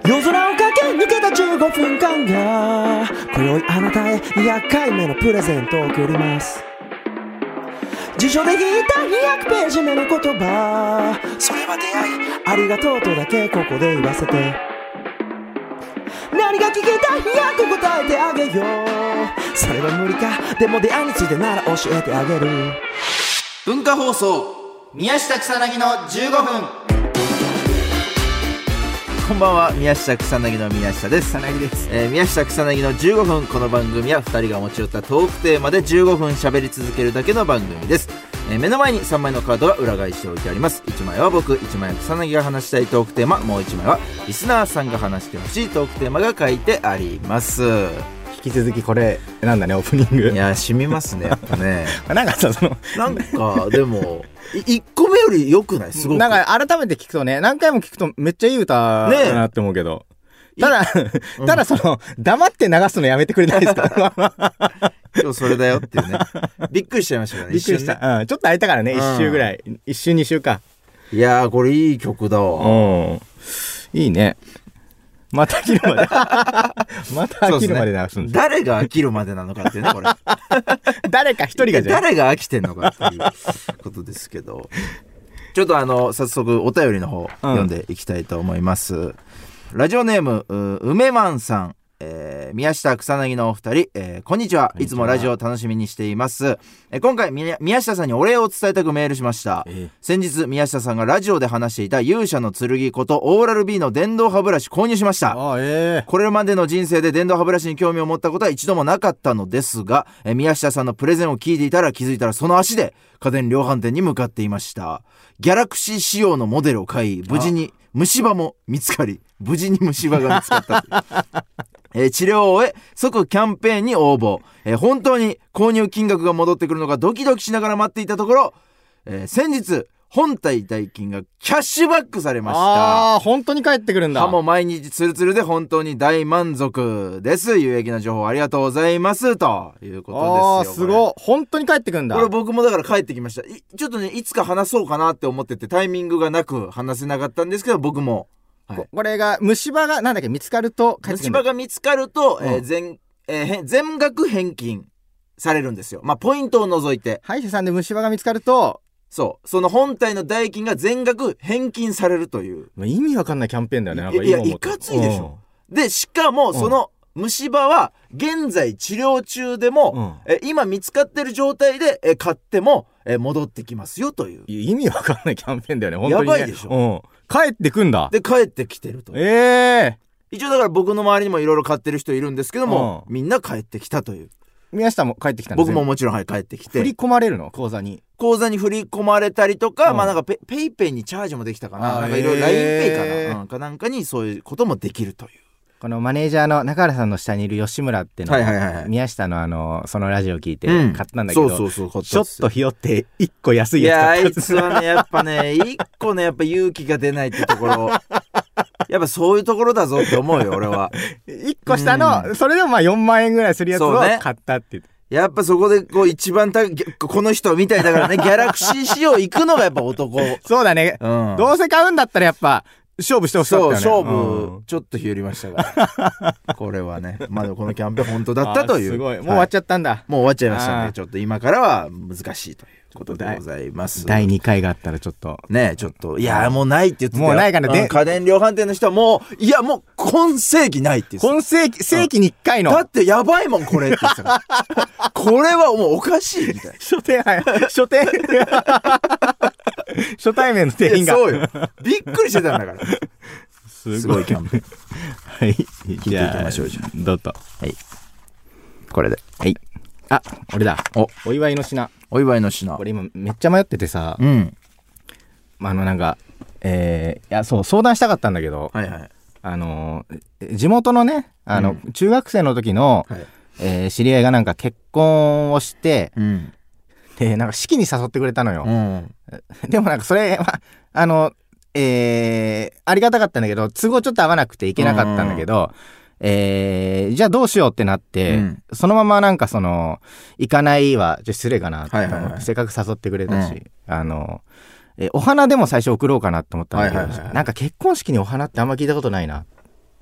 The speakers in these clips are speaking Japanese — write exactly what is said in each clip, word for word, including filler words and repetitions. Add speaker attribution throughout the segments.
Speaker 1: 夜空を駆け抜けたじゅうごふんかんが今宵あなたへにひゃっかいめのプレゼントを贈ります。辞書で引いたにひゃくページ目の言葉、それは出会いありがとうとだけここで言わせて、何が聞きたいひゃく答えてあげよう。それは無理か、でも出会いについてなら教えてあげる。
Speaker 2: 文化放送宮下草薙のじゅうごふん。こんばんは、宮下草薙の宮下です。
Speaker 3: 草薙です、
Speaker 2: えー、宮下草薙のじゅうごふん。この番組はふたりが持ち寄ったトークテーマでじゅうごふん喋り続けるだけの番組です。えー、目の前にさんまいのカードが裏返しておいてあります。いちまいは僕、いちまいは草薙が話したいトークテーマ、もういちまいはリスナーさんが話してほしいトークテーマが書いてあります。
Speaker 3: 引き続きこれなんだね、オープニング。
Speaker 2: いや染みますね、やっぱね
Speaker 3: なんかさ、その
Speaker 2: なんかでもいっこめより良くない？すごく
Speaker 3: なんか改めて聞くとね、何回も聞くとめっちゃいい歌だなって思うけど、ね、ただただその黙って流すのやめてくれないですか
Speaker 2: 今日それだよっていうね。びっくりしちゃいましたからね。
Speaker 3: びっくりした、ね、うん、ちょっと空いたからね、一週ぐらい、一週二週か。
Speaker 2: いやーこれいい曲だわ。
Speaker 3: うん、いいね。また飽きるまでまた飽きるまで流すんです、
Speaker 2: ね、誰が飽きるまでなのかっていうね、これ
Speaker 3: 誰か一人がじゃ
Speaker 2: 誰が飽きてんのかっていうことですけど、ちょっとあの早速お便りの方読んでいきたいと思います、うん、ラジオネーム梅マンさん、えー、宮下草薙のお二人、えー、こんにちは。いつもラジオを楽しみにしています。えー、今回宮下さんにお礼を伝えたくメールしました、えー、先日宮下さんがラジオで話していた勇者の剣ことオーラル B の電動歯ブラシ購入しました。
Speaker 3: あ、えー、
Speaker 2: これまでの人生で電動歯ブラシに興味を持ったことは一度もなかったのですが、えー、宮下さんのプレゼンを聞いていたら気づいたらその足で家電量販店に向かっていました。ギャラクシー仕様のモデルを買い、無事に虫歯も見つかり、無事に虫歯が見つかったえー、治療を終え即キャンペーンに応募、えー、本当に購入金額が戻ってくるのかドキドキしながら待っていたところ、えー、先日本体代金がキャッシュバックされました。
Speaker 3: あー、本当に帰ってくるんだ。
Speaker 2: 歯も毎日ツルツルで本当に大満足です。有益な情報ありがとうございますということですよ。
Speaker 3: あー、すごい、本当に帰ってくるんだ。
Speaker 2: これ僕もだから帰ってきました。いちょっとね、いつか話そうかなって思っててタイミングがなく話せなかったんですけど、僕も
Speaker 3: はい、これが虫歯がなんだっけ見つかると帰ってくる。
Speaker 2: 虫歯が見つかると、うん、えー 全, えー、全額返金されるんですよ。まあポイントを除いて。
Speaker 3: 歯医者さんで虫歯が見つかると、
Speaker 2: そうその本体の代金が全額返金されるという、
Speaker 3: 意味わかんないキャンペーンだよね。なんか
Speaker 2: いやいかついでしょ、うん、でしかもその虫歯は現在治療中でも、うん、え今見つかってる状態でえ買ってもえ戻ってきますよという、
Speaker 3: 意味わかんないキャンペーンだよね。本当にね、
Speaker 2: やばいでしょ、
Speaker 3: うん、帰ってくんだ。
Speaker 2: で帰ってきてると。
Speaker 3: ええ
Speaker 2: ー、一応だから僕の周りにもいろいろ買ってる人いるんですけども、うん、みんな帰ってきたという。
Speaker 3: 宮下も帰ってきたんです。
Speaker 2: 僕ももちろん、はい、帰ってきて。
Speaker 3: 振り込まれるの？口座に
Speaker 2: 口座に振り込まれたりとか、うん、まあなんかペペイペイにチャージもできたかな、なんかいろいろ ラインペイ かな、うん、かなんかにそういうこともできるという。
Speaker 3: このマネージャーの中原さんの下にいる吉村っての、はいはいはい、宮下のあのそのラジオ聞いて買ったんだけど、うん、そうそうそう、ちょっとひよって一個安いやつ買った。
Speaker 2: いやあいつはねやっぱね一個ねやっぱ勇気が出ないってところやっぱそういうところだぞって思うよ俺は。
Speaker 3: 一個下の、うん、それでもまあよんまんえんぐらいするやつを買ったって言って、
Speaker 2: やっぱそこでこう一番たこの人みたいだからねギャラクシー仕様行くのがやっぱ男。
Speaker 3: そうだね、うん、どうせ買うんだったらやっぱ勝負してほしかったよね。
Speaker 2: そう勝負、うん、ちょっとひよりましたからこれはね、まだこのキャンペーン本当だったという。
Speaker 3: すごい、もう終わっちゃったんだ、はい、
Speaker 2: もう終わっちゃいましたね。ちょっと今からは難しいということでございます。
Speaker 3: だいにかいがあったらちょっと
Speaker 2: ね、ちょっといやもうないって言ってたよ。
Speaker 3: もうないかな、
Speaker 2: うん、家電量販店の人はもういやもう今世紀ないって言ってた。
Speaker 3: 今世紀世紀にいっかいの、
Speaker 2: だってやばいもんこれって言ってたからこれはもうおかしいみたいな。
Speaker 3: 書店はい書店初対面の店員が
Speaker 2: そうよびっくりしてたんだからすごいキャンペーン
Speaker 3: はい
Speaker 2: 聞いていきましょう。じゃあ
Speaker 3: どうぞ。
Speaker 2: はいこれで、
Speaker 3: はい、あ俺だ。 お, お祝いの品
Speaker 2: お祝いの品。
Speaker 3: これ今めっちゃ迷っててさ、
Speaker 2: うん、
Speaker 3: あのなんかえー、いやそう相談したかったんだけど、
Speaker 2: はいはい、
Speaker 3: あの地元のねあの、うん、中学生の時の、はいえー、知り合いがなんか結婚をして、うん、でなんか式に誘ってくれたのよ、うん、でもなんかそれはあのえー、ありがたかったんだけど都合ちょっと合わなくて行けなかったんだけど、えー、じゃあどうしようってなって、うん、そのままなんかその行かないはじゃ失礼かなと思って、はいはいはい、せっかく誘ってくれたし、うん、あのえお花でも最初送ろうかなと思ったんだけど、はいはいはい、なんか結婚式にお花ってあんま聞いたことないな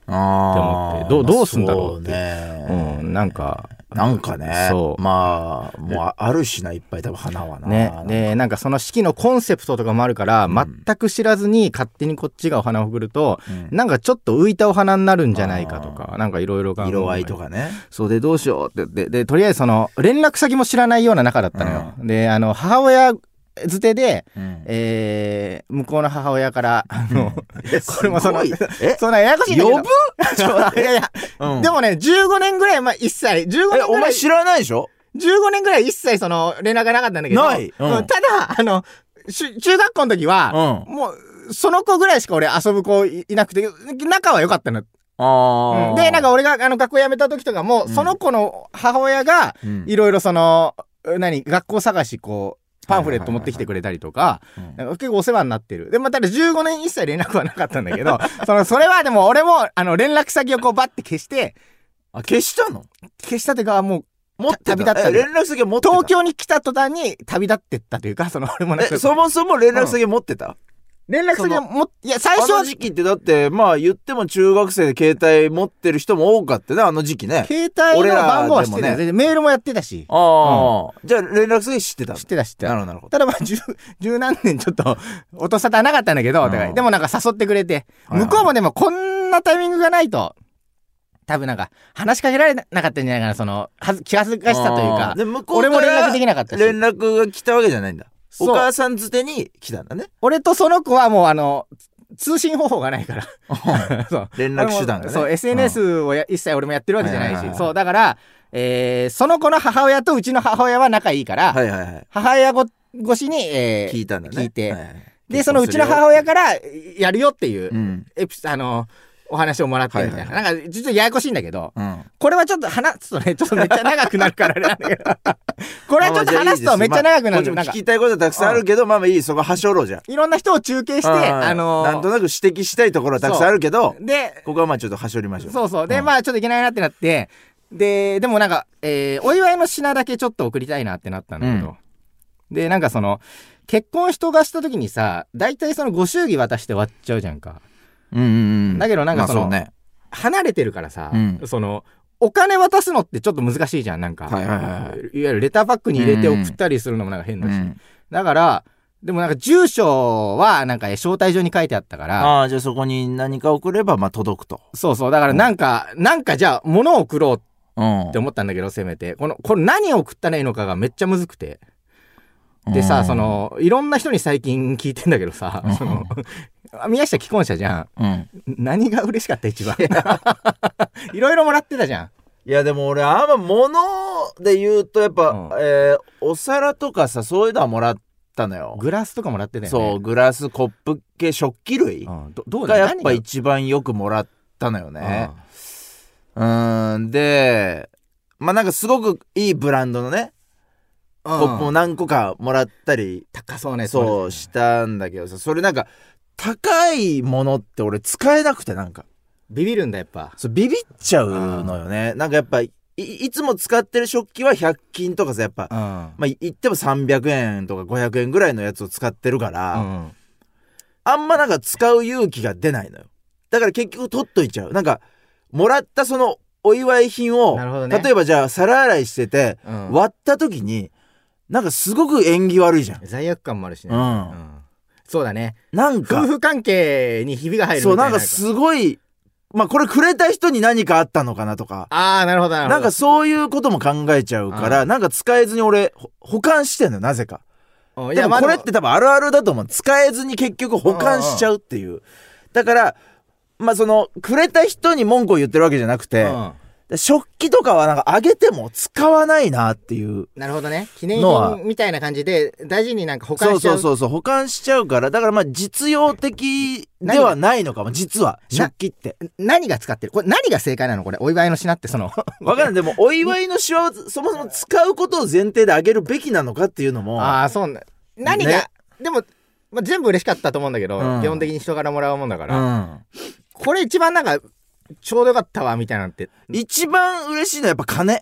Speaker 3: 思って、どうどうすんだろうって、
Speaker 2: ね、
Speaker 3: うん、なんか
Speaker 2: なんかね、
Speaker 3: そう
Speaker 2: まあもうあるしないっぱい多分花はな。
Speaker 3: ね、でなんかその式のコンセプトとかもあるから、うん、全く知らずに勝手にこっちがお花を振ると、うん、なんかちょっと浮いたお花になるんじゃないかとか、なんかいろいろ考えて
Speaker 2: 色合いとかね。
Speaker 3: そうでどうしようってででとりあえずその連絡先も知らないような仲だったのよ、うん、であの母親づてで、うん、えー、向こうの母親からあの、うん、これもそのそんなややこしいんだけど
Speaker 2: 呼ぶ
Speaker 3: いやいや、うん、でもねじゅうごねんぐらい前一切じゅうごねんぐらい
Speaker 2: えお前知らないでしょ。
Speaker 3: じゅうごねんぐらい一切その連絡がなかったんだけど、
Speaker 2: ない、うん、
Speaker 3: ただあの中学校の時は、うん、もうその子ぐらいしか俺遊ぶ子いなくて仲は良かったの。あ、うん、でなんか俺があの学校辞めた時とかも、うん、その子の母親がいろいろその、うん、何学校探しこうパンフレット持ってきてくれたりとか、なんか結構お世話になってる。でまただじゅうごねん一切連絡はなかったんだけどそのそれはでも俺もあの連絡先をこうバッて消して、
Speaker 2: あ消したの？
Speaker 3: 消したというかもう
Speaker 2: 持ってた
Speaker 3: 旅立った。
Speaker 2: 連絡先を持ってた。
Speaker 3: 東京に来た途端に旅立ってったというか、その俺もなんか
Speaker 2: そもそも連絡先持ってた、うん、
Speaker 3: 連絡先もいや最初は
Speaker 2: あの時期ってだってまあ言っても中学生で携帯持ってる人も多かったねあの時期ね。
Speaker 3: 携帯の番号は知ってた、ね、メールもやってたし。
Speaker 2: ああ、うん、じゃあ連絡先知ってた。
Speaker 3: 知ってた知ってた。
Speaker 2: なるほど。
Speaker 3: ただまあ十十何年ちょっと音沙汰なかったんだけど、お互いでもなんか誘ってくれて、向こうもでもこんなタイミングがないと多分なんか話しかけられなかったんじゃないかな、その気恥ずかしさというか。
Speaker 2: で向こう
Speaker 3: 俺も連絡できなかったし。
Speaker 2: 連絡が来たわけじゃないんだ。お母さんづてに来たんだね。
Speaker 3: 俺とその子はもうあの通信方法がないから
Speaker 2: そう連絡手段がね。
Speaker 3: そう エスエヌエス をや一切俺もやってるわけじゃないし、はいはいはい、そうだから、えー、その子の母親とうちの母親は仲いいから、はいはいはい、母親ご越しに、えー、
Speaker 2: 聞いたんだね。
Speaker 3: 聞いて、はいはい、でそのうちの母親からやるよっていう、うん、エピあのお話をもらってみたいな、はいはい、なんか実はややこしいんだけど、うん、これはちょっと話すとねちょっとめっちゃ長くなるからなんだけどこれはちょっと話すとめっちゃ長くなる。
Speaker 2: まあ、聞きたいことはたくさんあるけど、うん、まあまあいい、そこはしょろうじゃん。
Speaker 3: いろんな人を中継して、あのー、
Speaker 2: なんとなく指摘したいところはたくさんあるけど、でここはまあちょっとはしょりましょう。
Speaker 3: そうそうで、うん、まあちょっといけないなってなって、ででもなんか、えー、お祝いの品だけちょっと送りたいなってなったんだけど、うん、でなんかその結婚人がした時にさ大体そのご祝儀渡して終わっちゃうじゃんか。
Speaker 2: うんうんうん、
Speaker 3: だけどなんかその、まあそうね、離れてるからさ、うん、そのお金渡すのってちょっと難しいじゃん。なんか、はいはいはい、いわゆるレターパックに入れて送ったりするのもなんか変だし、うん、だからでもなんか住所はなんか招待状に書いてあったから、
Speaker 2: ああじゃあそこに何か送ればまあ届くと。
Speaker 3: そうそうだからなんか、うん、なんかじゃあ物を送ろうって思ったんだけど、せめてこのこれ何を送ったらいいのかがめっちゃむずくて、でさ、うん、そのいろんな人に最近聞いてんだけどさ、うん、その宮下既婚者じゃん、うん、何が嬉しかった一番いろいろもらってたじゃん。
Speaker 2: いやでも俺あんま物で言うとやっぱ、うん、えー、お皿とかさそういうのはもらったのよ。
Speaker 3: グラスとかもらってたよね。
Speaker 2: そうグラスコップ系食器類、うん、どどうがやっぱ一番よくもらったのよね。うーんでまあなんかすごくいいブランドのねコップも何個かもらったり
Speaker 3: 高そうね
Speaker 2: そうしたんだけどさ、それなんか高いものって俺使えなくてなんか
Speaker 3: ビビるんだやっぱ。
Speaker 2: そうビビっちゃうのよね。なんかやっぱ い, いつも使ってる食器はひゃく均とかさやっぱまあ言ってもさんびゃくえんとかごひゃくえんぐらいのやつを使ってるから、うん、あんまなんか使う勇気が出ないのよ。だから結局取っといちゃう。なんかもらったそのお祝い品を、ね、例えばじゃあ皿洗いしてて、うん、割った時になんかすごく縁起悪いじゃん。
Speaker 3: 罪悪感もあるしね、うんうん、そうだね。
Speaker 2: なんか
Speaker 3: 夫婦関係にひびが入るみたいな。
Speaker 2: そうなんかすごいまあこれくれた人に何かあったのかなとか、
Speaker 3: ああなるほどなるほど、
Speaker 2: なんかそういうことも考えちゃうからなんか使えずに俺保管してんのよなぜか。いやでもこれって多分あるあるだと思う。使えずに結局保管しちゃうっていう。だからまあそのくれた人に文句を言ってるわけじゃなくて、食器とかはなんかあげても使わないなっていう。
Speaker 3: なるほどね。記念品みたいな感じで大事になんか保管しちゃう。
Speaker 2: そうそうそうそう保管しちゃうから、だからまあ実用的ではないのかも実は食器って。
Speaker 3: 何が使ってる？これ何が正解なのこれお祝いの品ってその。
Speaker 2: わかんない。でもお祝いの品をそもそも使うことを前提であげるべきなのかっていうのも。
Speaker 3: ああそうね。何が、ね、でも、まあ、全部嬉しかったと思うんだけど、うん、基本的に人からもらうもんだから、うん、これ一番なんかちょうどよかったわみたいなって。
Speaker 2: 一番嬉しいのはやっぱ金。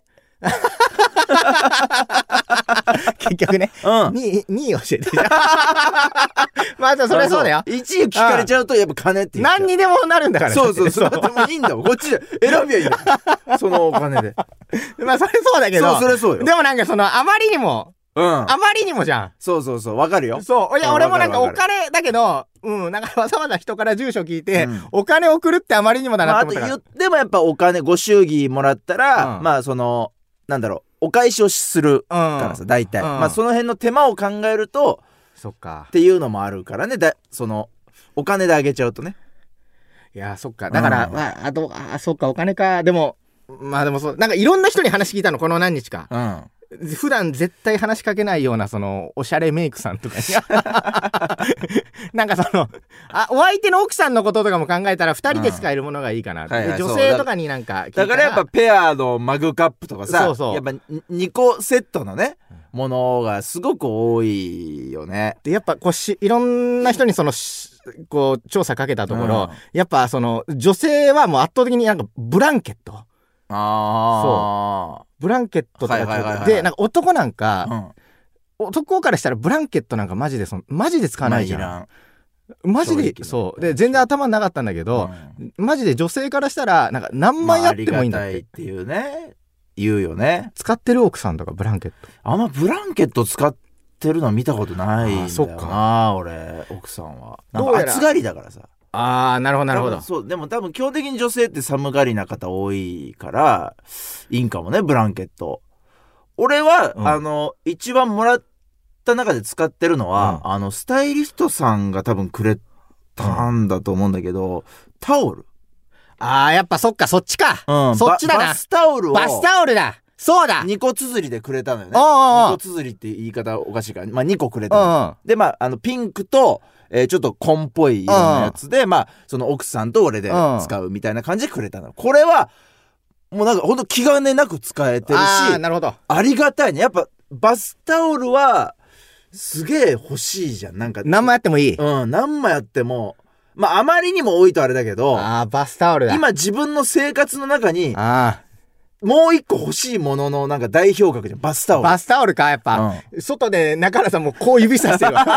Speaker 3: 結局ね、
Speaker 2: うん、
Speaker 3: にい教えてまあそれはそうだよ。
Speaker 2: いちい聞かれちゃうとやっぱ金って言っちゃう。
Speaker 3: 何にでもなるんだから、ね、
Speaker 2: そうそうそう。でもいいんだもん、こっちで選びゃいいんだよそのお金で。
Speaker 3: まあそれそうだけど、
Speaker 2: そうそれそうよ。
Speaker 3: でもなんかそのあまりにもうん、あまりにもじゃん。
Speaker 2: そうそうそう、わかるよ。
Speaker 3: そう、いや俺もなんかお金だけど、うん、なんかわざわざ人から住所聞いて、うん、お金送るってあまりにもだなって思ったから、まあ、あと
Speaker 2: 言ってもやっぱお金ご祝儀もらったら、うん、まあそのなんだろう、お返しをするからさ、大体、うん、まあその辺の手間を考えると、
Speaker 3: そっか
Speaker 2: っていうのもあるからね。だそのお金であげちゃうとね。
Speaker 3: いやそっか、だから、うん、まああとあそっかお金か。でもまあでもそう、なんかいろんな人に話聞いたの、この何日か。うん普段絶対話しかけないようなそのおしゃれメイクさんとかになんかそのあお相手の奥さんのこととかも考えたらふたりで使えるものがいいかな、うんはいはい、女性とかになんか聞いたら
Speaker 2: だからやっぱペアのマグカップとかさ、そうそうやっぱにこセットのねものがすごく多いよね。
Speaker 3: でやっぱこうしいろんな人にそのこう調査かけたところ、うん、やっぱその女性はもう圧倒的になんかブランケット、
Speaker 2: あ
Speaker 3: そうブランケットとか、はいはいはいはい、でなんか男なんか、うん、男からしたらブランケットなんかマジでそのマジで使わないじゃん。マジでそうで全然頭なかったんだけど、うん、マジで女性からしたらなんか何枚あってもいいんだって、まあ、ありがたい
Speaker 2: っていうね言うよね。
Speaker 3: 使ってる奥さんとかブランケット
Speaker 2: あんまブランケット使ってるの見たことないんだよな。そっか俺奥さんはなんか暑がりだからさ。
Speaker 3: あーなるほどなるほど。
Speaker 2: そうでも多分基本的に女性って寒がりな方多いからいいんかもねブランケット。俺は、うん、あの一番もらった中で使ってるのは、うん、あのスタイリストさんが多分くれたんだと思うんだけど、うん、タオル。
Speaker 3: あーやっぱそっかそっちか、うん、そっちだな。
Speaker 2: バスタオルを
Speaker 3: バスタオルだそうだ
Speaker 2: にこ綴りでくれたのよね。にこ綴りって言い方おかしいから、まあ、にこくれたの。でまああのピンクとえー、ちょっと紺っぽい色のやつで、まあその奥さんと俺で使うみたいな感じでくれたの。これはもうなんかほんと気兼ねなく使えてるし、
Speaker 3: あ、なるほど、
Speaker 2: ありがたいね。やっぱバスタオルはすげえ欲しいじゃん。なんか
Speaker 3: 何枚あってもいい。
Speaker 2: うん、何枚あってもまああまりにも多いとあれだけど、
Speaker 3: あーバスタオルだ。
Speaker 2: 今自分の生活の中にあもう一個欲しいもののなんか代表格じゃん。バスタオル。
Speaker 3: バスタオルかやっぱ、うん、外で中原さんもこう指さしてるわ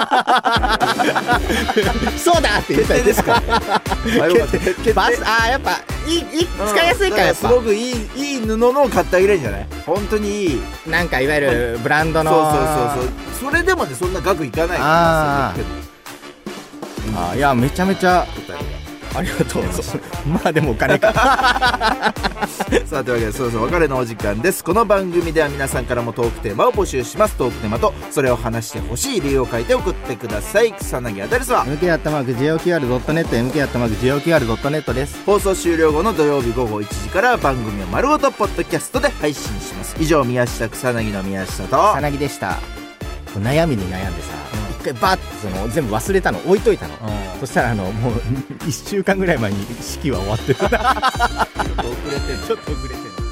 Speaker 3: そうだって言ったらですかあよかったバスあやっぱいいいい使いやすいからやっぱ
Speaker 2: すごくいいいい布のを買ってあげれるんじゃない。本当にいい
Speaker 3: なんかいわゆるブランドの、
Speaker 2: そうそうそうそうそれでもねそんな額いかないから
Speaker 3: ああいやめちゃめちゃありがとうまあでもお金か
Speaker 2: さあというわけでそろそろお別れのお時間です。この番組では皆さんからもトークテーマを募集します。トークテーマとそれを話してほしい理由を書いて送ってください。草薙アドレスは
Speaker 3: エムケー アットマーク ジェイオーキューアール ドットネット エムケー アットマーク ジェイオーキューアール ドットネット です。
Speaker 2: 放送終了後の土曜日午後いちじから番組を丸ごとポッドキャストで配信します。以上宮下草薙の宮下と
Speaker 3: 草薙でした。悩みに悩んでさ、うん、一回バッてその全部忘れたの置いといたの、うん、そしたらあのもういっしゅうかんぐらい前に式は終わってるちょっと遅れてるちょっと遅れてる